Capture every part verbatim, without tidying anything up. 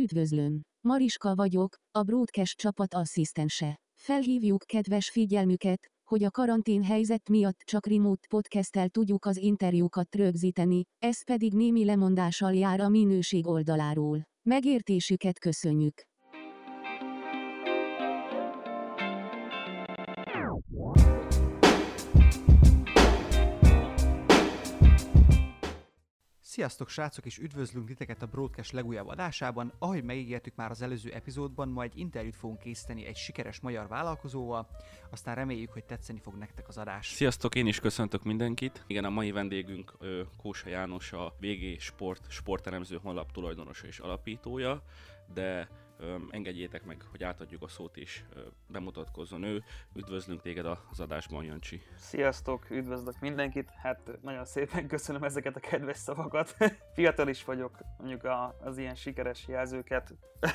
Üdvözlöm! Mariska vagyok, a Broadcast csapat asszisztense. Felhívjuk kedves figyelmüket, hogy a karantén helyzet miatt csak remote podcasttel tudjuk az interjúkat rögzíteni, ez pedig némi lemondással jár a minőség oldaláról. Megértésüket köszönjük! Sziasztok srácok, és üdvözlünk titeket a Broadcast legújabb adásában. Ahogy megígértük már az előző epizódban, ma egy interjút fogunk készíteni egy sikeres magyar vállalkozóval, aztán reméljük, hogy tetszeni fog nektek az adás. Sziasztok, én is köszöntök mindenkit. Igen, a mai vendégünk Kósa János, a vé gé Sport sportelemző honlap tulajdonosa és alapítója, de Öm, engedjétek meg, hogy átadjuk a szót és ö, bemutatkozzon ő. Üdvözlünk téged az adásban, Jancsi. Sziasztok, üdvözlök mindenkit. Hát nagyon szépen köszönöm ezeket a kedves szavakat. Fiatal is vagyok, mondjuk a, az ilyen sikeres jelzőket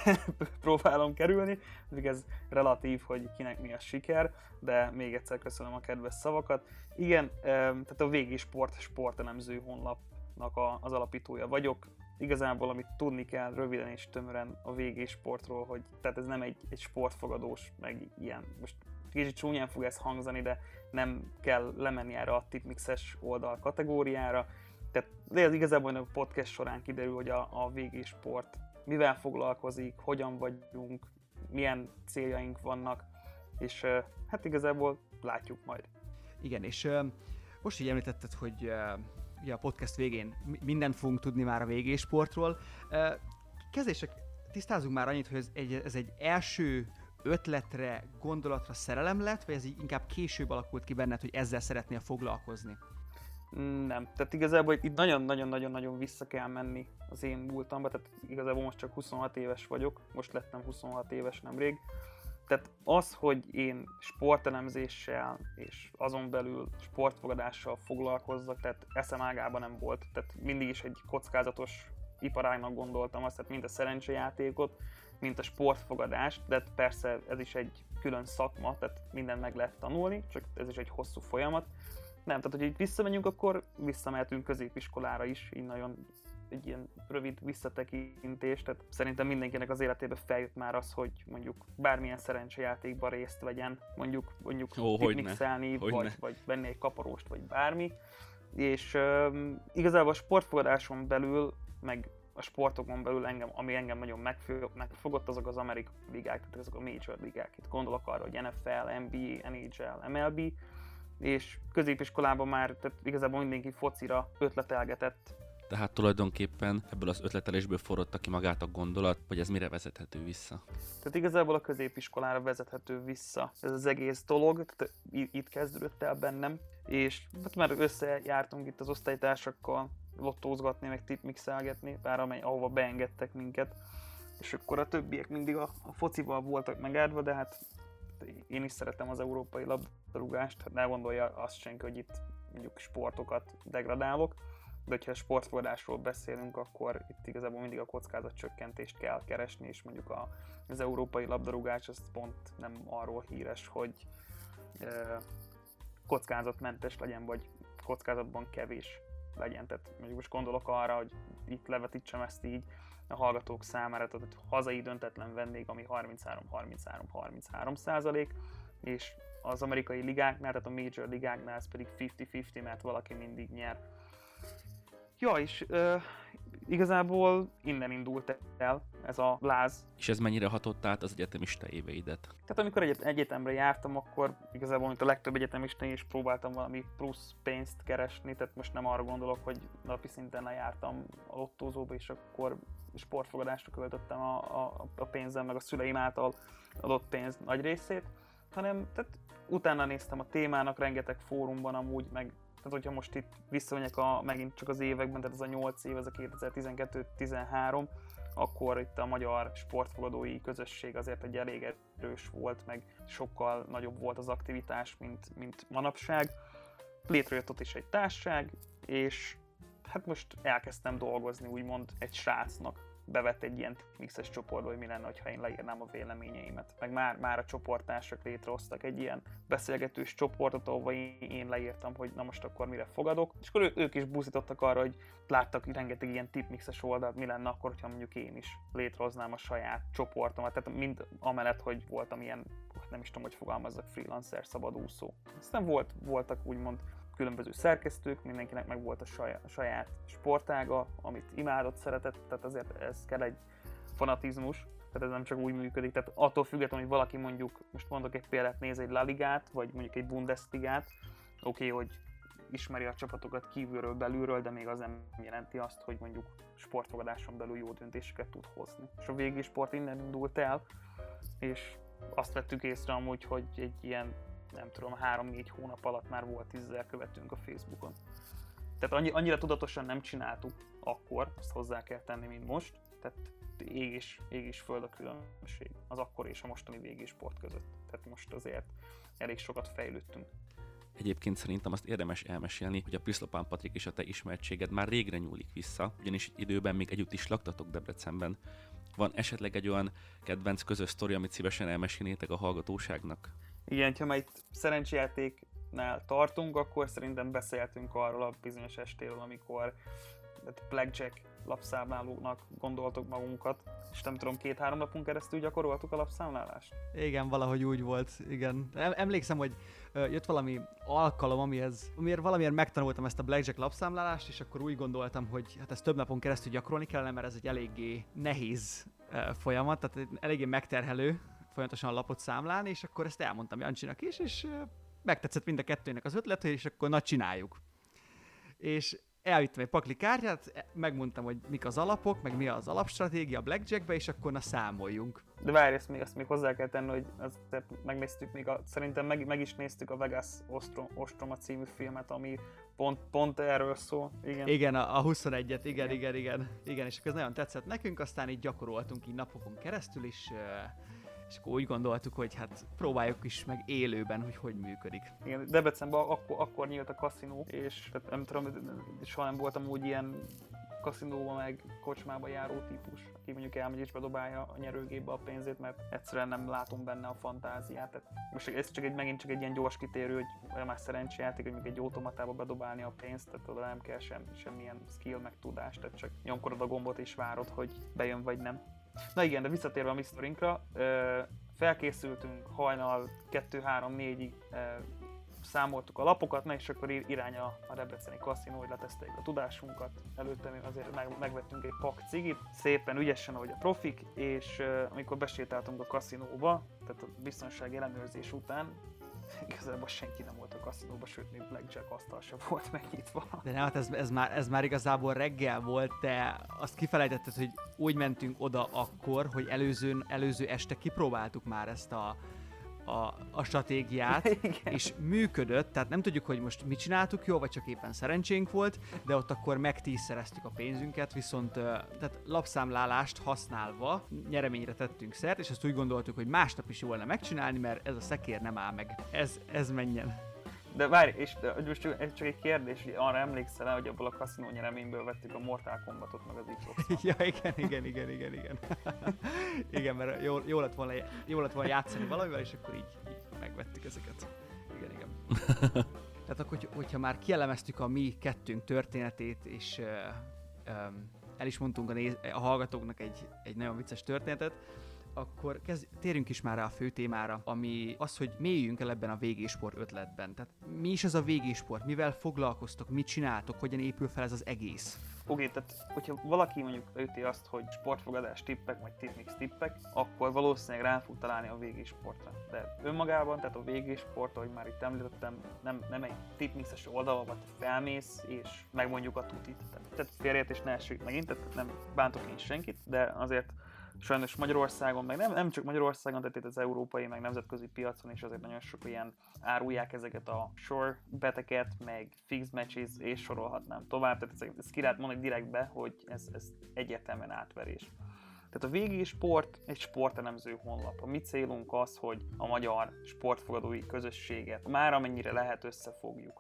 próbálom kerülni, még ez relatív, hogy kinek mi a siker, de még egyszer köszönöm a kedves szavakat. Igen, tehát a vé gé Sport sportelemző honlapnak a, az alapítója vagyok. Igazából, amit tudni kell röviden és tömören a vé gé Sportról, hogy tehát ez nem egy, egy sportfogadós, meg ilyen, most kicsit csúnyán fog ez hangzani, de nem kell lemenni erre a tipmixes oldal kategóriára. Tehát de ez igazából a podcast során kiderül, hogy a, a vé gé Sport mivel foglalkozik, hogyan vagyunk, milyen céljaink vannak, és hát igazából látjuk majd. Igen, és uh, most így említetted, hogy uh, ugye a podcast végén mindent fogunk tudni már a vé gé Sportról. Kezdések tisztázunk már annyit, hogy ez egy, ez egy első ötletre, gondolatra szerelem lett, vagy ez így inkább később alakult ki benned, hogy ezzel szeretnél foglalkozni? Nem, tehát igazából itt nagyon-nagyon-nagyon vissza kell menni az én múltamba, tehát igazából most csak huszonhat éves vagyok, most lettem huszonhat éves nemrég. Tehát az, hogy én sportelemzéssel és azon belül sportfogadással foglalkozzak, tehát eszem ágában nem volt. Tehát mindig is egy kockázatos iparágnak gondoltam azt, tehát mind a szerencsejátékot, mint a sportfogadást, de persze ez is egy külön szakma, tehát mindent meg lehet tanulni, csak ez is egy hosszú folyamat. Nem, tehát hogy itt visszamegyünk, akkor visszamehetünk középiskolára is, így nagyon egy ilyen rövid visszatekintés, tehát szerintem mindenkinek az életében feljött már az, hogy mondjuk bármilyen szerencsejátékban részt vegyen, mondjuk mondjuk tipmixelni, vagy, vagy venni egy kaparóst, vagy bármi. És um, igazából a sportfogadáson belül, meg a sportokon belül, engem, ami engem nagyon megfogott, azok az amerikai ligák, tehát azok a major ligák. Itt gondolok arra, hogy en ef el, en bé á, en há el, em el bé, és középiskolában már tehát igazából mindenki focira ötletelgetett. Tehát tulajdonképpen ebből az ötletelésből forrott ki magát a gondolat, hogy ez mire vezethető vissza? Tehát igazából a középiskolára vezethető vissza ez az egész dolog, tehát itt kezdődött el bennem, és hát már összejártunk itt az osztálytársakkal lottózgatni, meg tipmixelgetni, bár amely, ahova beengedtek minket, és akkor a többiek mindig a, a focival voltak megáldva, de hát én is szeretem az európai labdarúgást, ne gondolja azt senki, hogy itt mondjuk sportokat degradálok, de hogyha sportfogadásról beszélünk, akkor itt igazából mindig a kockázatcsökkentést kell keresni, és mondjuk a, az európai labdarúgás az pont nem arról híres, hogy e, kockázatmentes legyen, vagy kockázatban kevés legyen. Tehát mondjuk most gondolok arra, hogy itt levetítsem ezt így a hallgatók számára, tehát hazai döntetlen vendég, ami harminchárom harminchárom harminchárom százalék, és az amerikai ligáknál, tehát a major ligáknál ez pedig fifty-fifty, mert valaki mindig nyer. Ja, és uh, igazából innen indult el ez a láz. És ez mennyire hatott át az egyetemista éveidet? Tehát amikor egy egyetemre jártam, akkor igazából, mint a legtöbb egyetemista, is próbáltam valami plusz pénzt keresni, tehát most nem arra gondolok, hogy napi szinten lejártam a lottózóba, és akkor sportfogadásra költöttem a, a, a pénzem, meg a szüleim által adott pénz nagy részét, hanem tehát utána néztem a témának, rengeteg fórumban amúgy, meg tehát hogyha most itt visszamegyek a, megint csak az években, tehát ez a nyolc év, ez a kétezer-tizenkettő tizenhárom, akkor itt a magyar sportfogadói közösség azért egy elég erős volt, meg sokkal nagyobb volt az aktivitás, mint, mint manapság. Létrejött ott is egy társaság, és hát most elkezdtem dolgozni úgymond egy srácnak. bevett egy ilyen mixes csoportba, hogy mi lenne, ha én leírnám a véleményeimet. Meg már, már a csoporttársak létrehoztak egy ilyen beszélgetős csoportot, ahova én, én leírtam, hogy na most akkor mire fogadok. És akkor ő, ők is buzdítottak arra, hogy láttak rengeteg ilyen tipmixes oldalt, mi lenne akkor, ha mondjuk én is létrehoznám a saját csoportomat. Tehát mind amellett, hogy voltam ilyen, nem is tudom, hogy fogalmazzak, freelancer, szabadúszó. Aztán volt, voltak úgymond különböző szerkesztők, mindenkinek meg volt a saját, a saját sportága, amit imádott, szeretett, tehát azért ez kell egy fanatizmus, tehát ez nem csak úgy működik, tehát attól függetlenül, hogy valaki mondjuk, most mondok egy példát, néz egy La Ligát, vagy mondjuk egy Bundesligát, oké, okay, hogy ismeri a csapatokat kívülről, belülről, de még az nem jelenti azt, hogy mondjuk sportfogadáson belül jó döntéseket tud hozni. És a végi sport innen indult el, és azt vettük észre amúgy, hogy egy ilyen, nem tudom, három-négy hónap alatt már volt tízezer követőnk a Facebookon. Tehát annyi, annyira tudatosan nem csináltuk akkor, azt hozzá kell tenni, mint most. Tehát ég és, ég és föld a különbség az akkor és a mostani végi sport között. Tehát most azért elég sokat fejlődtünk. Egyébként szerintem azt érdemes elmesélni, hogy a Piszlopán Patrik és a te ismertséged már régre nyúlik vissza, ugyanis időben még együtt is laktatok Debrecenben. Van esetleg egy olyan kedvenc közös sztori, amit szívesen elmesélnétek a hallgatóságnak? Igen, ha már itt szerencsejátéknál tartunk, akkor szerintem beszéltünk arról a bizonyos estéről, amikor blackjack lapszámlálóknak gondoltuk magunkat, és nem tudom, két-három napon keresztül gyakoroltuk a lapszámlálást. Igen, valahogy úgy volt, igen. Emlékszem, hogy jött valami alkalom, amihez, amiért valamiért megtanultam ezt a blackjack lapszámlálást, és akkor úgy gondoltam, hogy hát ezt több napon keresztül gyakorolni kellene, mert ez egy eléggé nehéz folyamat, tehát eléggé megterhelő folyamatosan a lapot számlálni, és akkor ezt elmondtam Jancsinak is, és megtetszett mind a kettőnek az ötlet, és akkor na csináljuk. És elvittem egy pakli kártyát, megmondtam, hogy mik az alapok, meg mi az alapstratégia a blackjackbe, és akkor na számoljunk. De várj, ezt még, azt még hozzá kell tenni, hogy azért megnéztük még, a, szerintem meg, meg is néztük a Vegas Ostrom, Ostroma című filmet, ami pont, pont erről szól. Igen, igen a, a huszonegyet, igen, igen, igen, igen, igen, és akkor ez nagyon tetszett nekünk, aztán így gyakoroltunk így napokon keresztül is, és akkor úgy gondoltuk, hogy hát próbáljuk is meg élőben, hogy hogy működik. Igen, Debrecenben akkor, akkor nyílt a kaszinó, és tehát nem tudom, soha nem voltam úgy ilyen kaszinóba meg kocsmába járó típus, aki mondjuk elmegy és bedobálja a nyerőgépbe a pénzét, mert egyszerűen nem látom benne a fantáziát. Tehát most ez csak egy, megint csak egy ilyen gyors kitérő, hogy olyan más szerencsejáték, hogy mondjuk egy automatába bedobálni a pénzt, tehát oda nem kell sem, semmilyen skill meg tudás, tehát csak nyomkodod a gombot és várod, hogy bejön vagy nem. Na igen, de visszatérve a mi sztorinkra, felkészültünk hajnal kettő három négyig, számoltuk a lapokat, na és akkor irány a, a debreceni kaszinó, hogy leteszteljük a tudásunkat. Előtte még azért meg, megvettünk egy pak cigit, szépen ügyesen, ahogy a profik, és amikor besétáltunk a kaszinóba, tehát a biztonsági ellenőrzés után, igazából senki nem volt a kaszinóban, sőt, még blackjack asztal sem volt megnyitva. De nem, hát ez, ez, már, ez már igazából reggel volt, de azt kifelejtetted, hogy úgy mentünk oda akkor, hogy előző, előző este kipróbáltuk már ezt a, a, a stratégiát, igen. És működött, tehát nem tudjuk, hogy most mit csináltuk jól, vagy csak éppen szerencsénk volt, de ott akkor megtízszereztük a pénzünket, viszont tehát lapszámlálást használva nyereményre tettünk szert, és azt úgy gondoltuk, hogy másnap is jó lenne megcsinálni, mert ez a szekér nem áll meg. Ez, ez menjen. De várj, és de most ez csak egy kérdés, hogy arra emlékszel, hogy abból a kaszinó nyereményből vettük a Mortal Kombatot meg az Xbox-on? Ja, igen, igen, igen, igen, igen. Igen, mert jó, jó, lett volna, jó lett volna játszani valamivel, és akkor így, így megvettük ezeket. Igen, igen. Tehát akkor, hogy, hogyha már kielemeztük a mi kettőnk történetét, és uh, um, el is mondtunk a, néz- a hallgatóknak egy, egy nagyon vicces történetet, akkor kezd, térjünk is már rá a fő témára, ami az, hogy mélyüljünk el ebben a végésport ötletben. Tehát mi is az a végésport, mivel foglalkoztok, mit csináltok, hogyan épül fel ez az egész? Oké, tehát hogyha valaki mondjuk üti azt, hogy sportfogadás tippek, vagy tipmix tippek, akkor valószínűleg rá fog találni a végésportra. De önmagában, tehát a végésport, ahogy már itt említettem, nem, nem egy tipmixes oldal, vagy felmész, és megmondjuk a tutit. Tehát félreértés ne essük megint, tehát nem bántok én senkit, de azért sajnos Magyarországon, meg nem, nem csak Magyarországon, tehát itt az európai, meg nemzetközi piacon is azért nagyon sok ilyen árulják ezeket a sure beteket, meg fix matches, és sorolhatnám tovább. Tehát ezt, ezt ki lehet mondani direktbe, hogy ez, ez egyértelműen átverés. Tehát a végésport egy sportelemző honlap. A mi célunk az, hogy a magyar sportfogadói közösséget már amennyire lehet összefogjuk.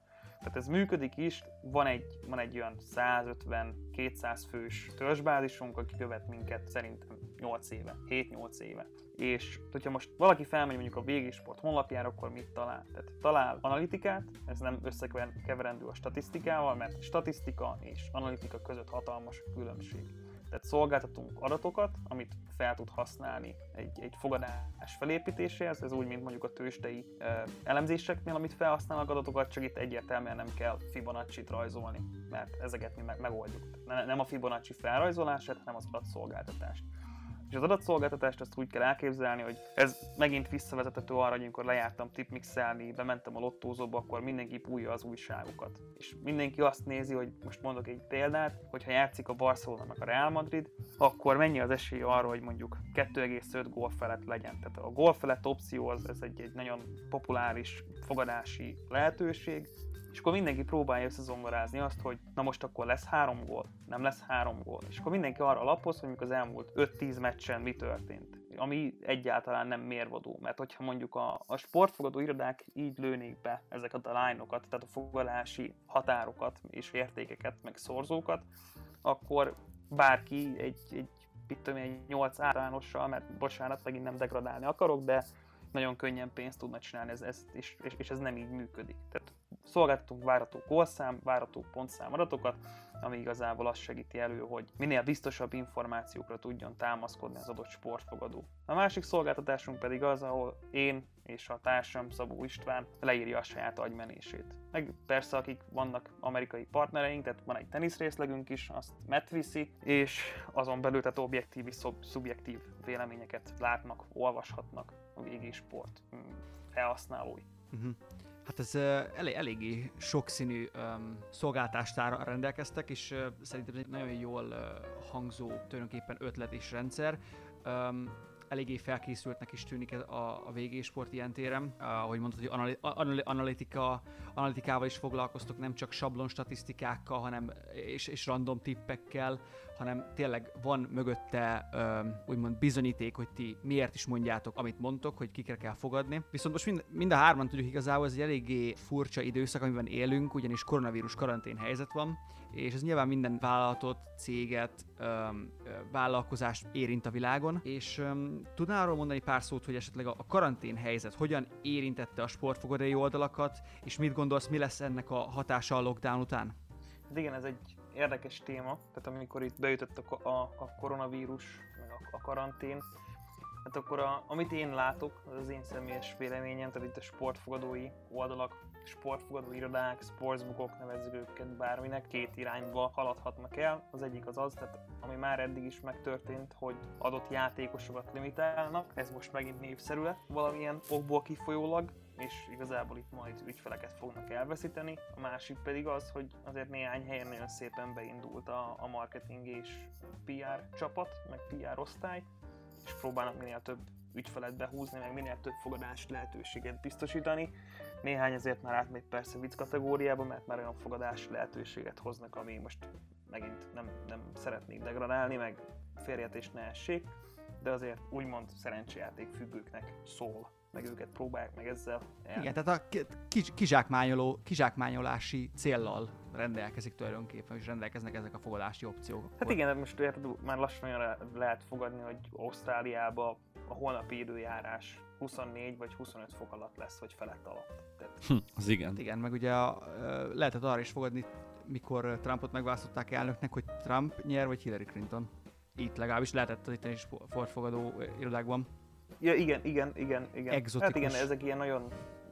Tehát ez működik is, van egy, van egy olyan százötven-kétszáz fős törzsbázisunk, aki követ minket szerintem nyolc éve, hét-nyolc éve. És hogyha most valaki felmegy mondjuk a vé gé Sport honlapjára, akkor mit talál? Tehát talál analitikát, ez nem összekeverendő a statisztikával, mert statisztika és analitika között hatalmas a különbség. Tehát szolgáltatunk adatokat, amit fel tud használni egy, egy fogadás felépítéséhez, ez úgy, mint mondjuk a tőzsdei e, elemzéseknél, amit felhasználnak adatokat, csak itt egyértelműen nem kell Fibonacci-t rajzolni, mert ezeket mi meg, megoldjuk. Nem a Fibonacci felrajzolását, hanem az adatszolgáltatást. És az adatszolgáltatást azt úgy kell elképzelni, hogy ez megint visszavezethető arra, hogy amikor lejártam tipmixelni, bementem a lottózóba, akkor mindenki pújja az újságokat. És mindenki azt nézi, hogy most mondok egy példát, hogyha játszik a Barcelona meg a Real Madrid, akkor mennyi az esély arra, hogy mondjuk kettő egész öt gól felett legyen. Tehát a gól felett opció az, ez egy, egy nagyon populáris fogadási lehetőség, és akkor mindenki próbálja összezongorázni azt, hogy na most akkor lesz három gól, nem lesz három gól. És akkor mindenki arra alapoz, hogy az elmúlt öt-tíz meccsen mi történt. Ami egyáltalán nem mérvadó, mert hogyha mondjuk a, a sportfogadó irodák így lőnék be ezeket a line-okat, tehát a fogadási határokat és értékeket, meg szorzókat, akkor bárki egy, egy, mit tudom, egy nyolc általánossal, mert bocsánat, megint nem degradálni akarok, de nagyon könnyen pénzt tudna csinálni ez, ez, és, és, és ez nem így működik. Tehát szolgáltatunk várható gólszám, várható pontszám adatokat, ami igazából azt segíti elő, hogy minél biztosabb információkra tudjon támaszkodni az adott sportfogadó. A másik szolgáltatásunk pedig az, ahol én és a társam Szabó István leírja a saját agymenését. Meg persze, akik vannak amerikai partnereink, tehát van egy teniszrészlegünk is, azt Matt viszi, és azon belül tehát objektív és szub- szubjektív véleményeket látnak, olvashatnak a vé gé Sport felhasználói. Uh-huh. Hát ez uh, elég, eléggé sokszínű um, szolgáltástárral rendelkeztek, és uh, szerintem ez egy nagyon jól uh, hangzó tulajdonképpen ötlet és rendszer. Um, eléggé felkészültnek is tűnik a, a vé gé Sport ilyen téren. Uh, ahogy mondtad, hogy anali, anali, analitika, analitikával is foglalkoztok, nem csak sablon statisztikákkal, hanem és, és random tippekkel, hanem tényleg van mögötte um, úgymond bizonyíték, hogy ti miért is mondjátok, amit mondtok, hogy kikre kell fogadni. Viszont most mind, mind a hárman tudjuk igazából, ez egy eléggé furcsa időszak, amiben élünk, ugyanis koronavírus karantén helyzet van, és ez nyilván minden vállalatot, céget, um, vállalkozást érint a világon, és um, tudnál arról mondani pár szót, hogy esetleg a karantén helyzet hogyan érintette a sportfogadói oldalakat, és mit gondolsz, mi lesz ennek a hatása a lockdown után? Hát igen, ez egy érdekes téma, tehát amikor itt beütött a, a, a koronavírus, meg a, a karantén, hát akkor a, amit én látok, az az én személyes véleményem, tehát itt a sportfogadói oldalak, sportfogadó irodák, sportsbookok, nevezzük őket bárminek, két irányba haladhatnak el. Az egyik az az, tehát ami már eddig is megtörtént, hogy adott játékosokat limitálnak, ez most megint népszerű lett valamilyen okból kifolyólag, és igazából itt majd ügyfeleket fognak elveszíteni. A másik pedig az, hogy azért néhány helyen nagyon szépen beindult a, a marketing és pé er csapat, meg pé er osztály, és próbálnak minél több ügyfelet behúzni, meg minél több fogadási lehetőséget biztosítani. Néhány azért már átmegy persze vicc kategóriába, mert már olyan fogadási lehetőséget hoznak, ami most megint nem, nem szeretnék degradálni, meg félreértés ne essék, de azért úgymond szerencsejáték függőknek szól, meg őket próbálják meg ezzel el. Igen, tehát a kis, kizsákmányoló, kizsákmányolási céllal rendelkezik tulajdonképpen, és rendelkeznek ezek a fogadási opciók. Hát igen, most érted, már lassan olyan lehet fogadni, hogy Ausztráliába a holnapi időjárás huszonnégy vagy huszonöt fok alatt lesz, vagy felett alatt. Tehát... Hm, az igen. Hát igen, meg ugye a, lehetett arra is fogadni, mikor Trumpot megválasztották elnöknek, hogy Trump nyer, vagy Hillary Clinton. Itt legalábbis lehetett az itteni sportfogadó irodákban. Ja, igen, igen, igen, igen. Exotikus. Hát igen, ezek ilyen nagyon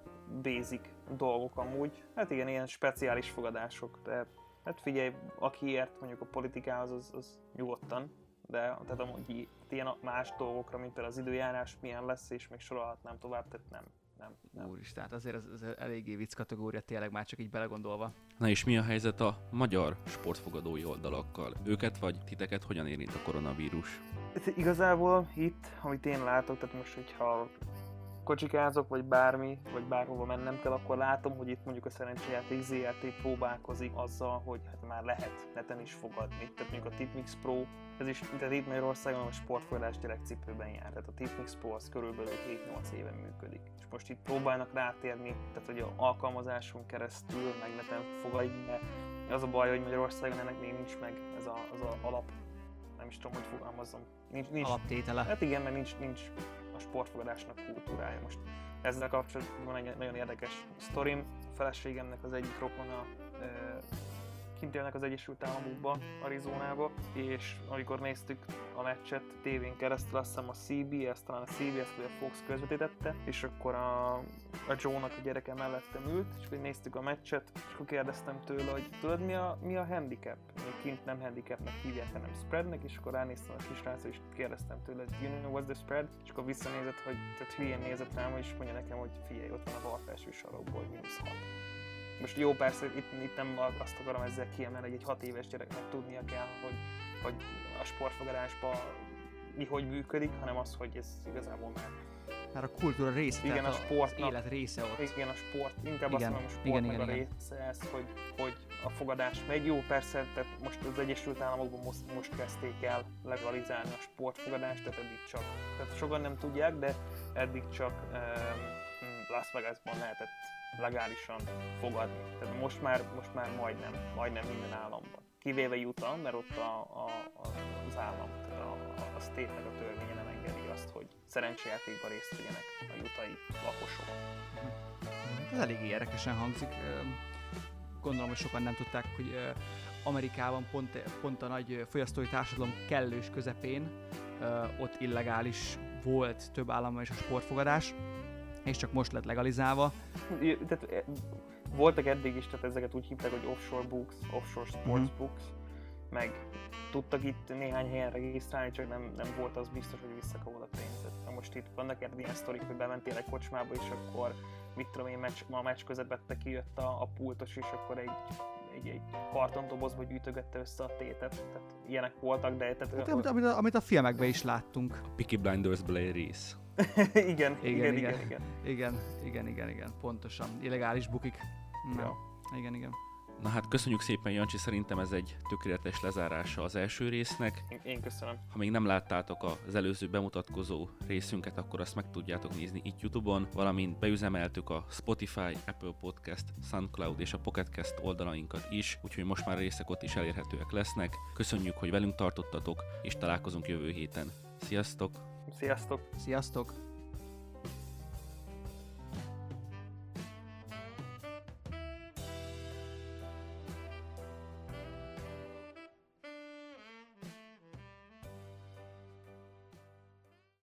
basic dolgok amúgy. Hát igen, ilyen speciális fogadások, de hát figyelj, aki ért mondjuk a politikához, az, az nyugodtan, de tehát amúgy ilyen más dolgokra, mint például az időjárás milyen lesz, és még sorolhatnám tovább, tehát nem. Nem, nem. Úristen, tehát azért ez, ez eléggé vicc kategória, tényleg már csak így belegondolva. Na és mi a helyzet a magyar sportfogadói oldalakkal? Őket vagy titeket hogyan érint a koronavírus? Igazából itt, amit én látok, tehát most, hogyha kocsikázok, vagy bármi, vagy bárhova mennem kell, akkor látom, hogy itt mondjuk a szerencsejáték zé er té próbálkozik azzal, hogy hát már lehet neten is fogadni. Tehát mondjuk a Tipmix Pro, ez is, tehát itt Magyarországon a sportfogadás gyerekcipőben jár. Tehát a Tipmix Pro az körülbelül hét-nyolc éve működik. És most itt próbálnak rátérni, tehát hogy a alkalmazáson keresztül meg neten fogadni, de az a baj, hogy Magyarországon ennek még nincs meg ez a, az a alap, nem is tudom, hogy fogalmazzam. Nincs, nincs, Alaptétele. Hát igen, mert nincs, nincs a sportfogadásnak kultúrája. Most ezzel kapcsolatban van egy nagyon érdekes sztorim. A feleségemnek az egyik rokona kint élnek az Egyesült Államokba, Arizonába, és amikor néztük a meccset tévén keresztül, azt hiszem a cé bé es, talán a cé bé es vagy a Fox közvetítette, és akkor a, a Joe-nak a gyereke mellettem ült, és akkor néztük a meccset, és akkor kérdeztem tőle, hogy tudod mi a, mi a handicap? Még kint nem handicapnek hívják, hanem spreadnek, és akkor ránéztem a kisrácra, és kérdeztem tőle, hogy you know what's the spread? És akkor visszanézett, hogy tehát hülyén nézett rám, és mondja nekem, hogy figyelj, ott van a bal felső sarokból, mínusz hat. Most jó, persze, itt, itt nem azt akarom ezzel kiemelni, hogy egy hat éves gyereknek tudnia kell, hogy, hogy a sportfogadásban mi hogy működik, hanem az, hogy ez igazából már... Már a kultúra része, igen, tehát a sportnak, az élet része ott. Igen, a sport, inkább igen, azt mondom, a sportnak a része ez, hogy, hogy a fogadás megy. Jó, persze, tehát most az Egyesült Államokban most, most kezdték el legalizálni a sportfogadást, tehát eddig csak, tehát sokan nem tudják, de eddig csak um, Las Vegasban lehetett legálisan fogadni. Tehát most már, most már majdnem, majdnem minden államban. Kivéve Utah, mert ott a, a, a, az állam, tehát a, a, a state-nek a törvénye nem engedi azt, hogy szerencsejátékban részt vegyenek a jutai lakosok. Ez eléggé érdekesen hangzik. Gondolom, hogy sokan nem tudták, hogy Amerikában pont, pont a nagy fogyasztói társadalom kellős közepén ott illegális volt több államban is a sportfogadás, és csak most lett legalizálva. Tehát voltak eddig is, tehát ezeket úgy hívták, hogy offshore books, offshore sports mm-hmm. books, meg tudtak itt néhány helyen regisztrálni, csak nem, nem volt az biztos, hogy visszakapod a pénzet. Na most itt vannak ilyen sztorik, hogy bementél egy kocsmába, és akkor mit tudom én, meccs, a meccs közepette kijött a, a pultos, és akkor egy, egy, egy kartondobozba gyűjtögette össze a tétet. Tehát ilyenek voltak, de... Tehát, hát, amit, amit, a, amit a filmekben is láttunk. A Peaky Blinders Blair Reese. igen, igen, igen, igen, igen, igen, igen, igen, igen, pontosan. Illegális bukik. Na, ja. Igen, igen. Na hát köszönjük szépen, Jancsi, szerintem ez egy tökéletes lezárása az első résznek. Én, én köszönöm. Ha még nem láttátok az előző bemutatkozó részünket, akkor azt meg tudjátok nézni itt YouTube-on, valamint beüzemeltük a Spotify, Apple Podcast, SoundCloud és a Pocket Cast oldalainkat is, úgyhogy most már részek ott is elérhetőek lesznek. Köszönjük, hogy velünk tartottatok, és találkozunk jövő héten. Sziasztok! Sziasztok! Sziasztok!